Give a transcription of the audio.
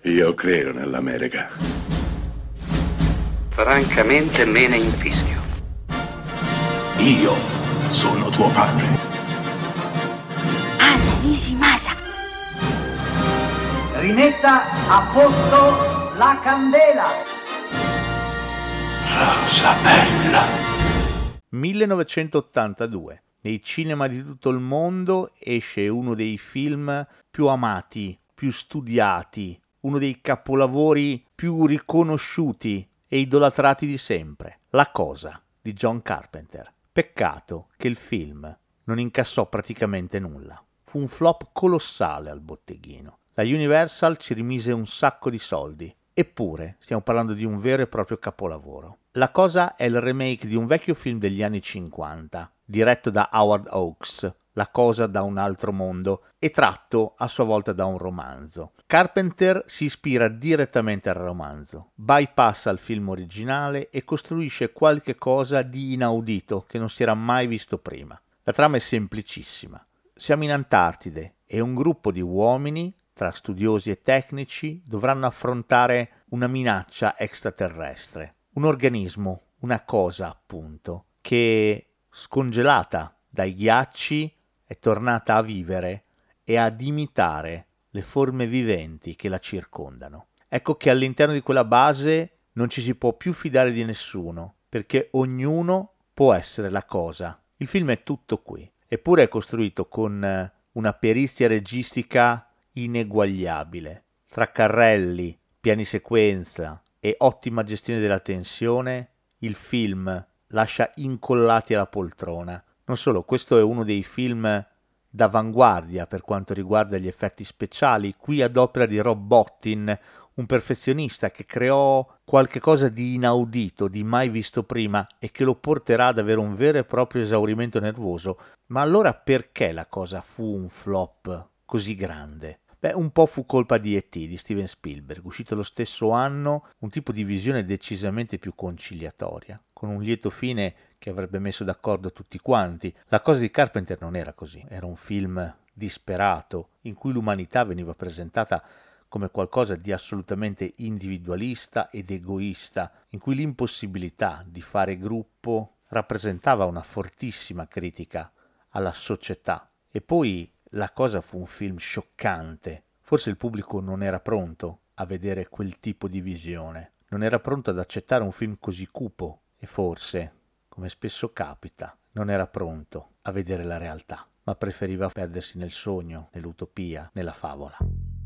Io credo nell'America. Francamente me ne infischio. Io sono tuo padre. Anna Nishimasa. Rimetta a posto la candela. Rosa bella. 1982. Nei cinema di tutto il mondo esce uno dei film più amati, più studiati, uno dei capolavori più riconosciuti e idolatrati di sempre, La Cosa di John Carpenter. Peccato che il film non incassò praticamente nulla. Fu un flop colossale al botteghino. La Universal ci rimise un sacco di soldi. Eppure stiamo parlando di un vero e proprio capolavoro. La Cosa è il remake di un vecchio film degli anni 50, diretto da Howard Hawks, La Cosa da un altro mondo, e tratto a sua volta da un romanzo. Carpenter si ispira direttamente al romanzo, bypassa il film originale e costruisce qualche cosa di inaudito che non si era mai visto prima. La trama è semplicissima. Siamo in Antartide e un gruppo di uomini, tra studiosi e tecnici, dovranno affrontare una minaccia extraterrestre. Un organismo, una cosa appunto, che scongelata dai ghiacci è tornata a vivere e ad imitare le forme viventi che la circondano. Ecco che all'interno di quella base non ci si può più fidare di nessuno, perché ognuno può essere la cosa. Il film è tutto qui, eppure è costruito con una perizia registica ineguagliabile. Tra carrelli, piani sequenza e ottima gestione della tensione, il film lascia incollati alla poltrona. Non solo, questo è uno dei film d'avanguardia per quanto riguarda gli effetti speciali, qui ad opera di Rob Bottin, un perfezionista che creò qualche cosa di inaudito, di mai visto prima e che lo porterà ad avere un vero e proprio esaurimento nervoso. Ma allora perché La Cosa fu un flop così grande? Beh, un po' fu colpa di E.T. di Steven Spielberg, uscito lo stesso anno, un tipo di visione decisamente più conciliatoria, con un lieto fine che avrebbe messo d'accordo tutti quanti. La Cosa di Carpenter non era così, era un film disperato, in cui l'umanità veniva presentata come qualcosa di assolutamente individualista ed egoista, in cui l'impossibilità di fare gruppo rappresentava una fortissima critica alla società. E poi La Cosa fu un film scioccante. Forse il pubblico non era pronto a vedere quel tipo di visione, non era pronto ad accettare un film così cupo e forse, come spesso capita, non era pronto a vedere la realtà, ma preferiva perdersi nel sogno, nell'utopia, nella favola.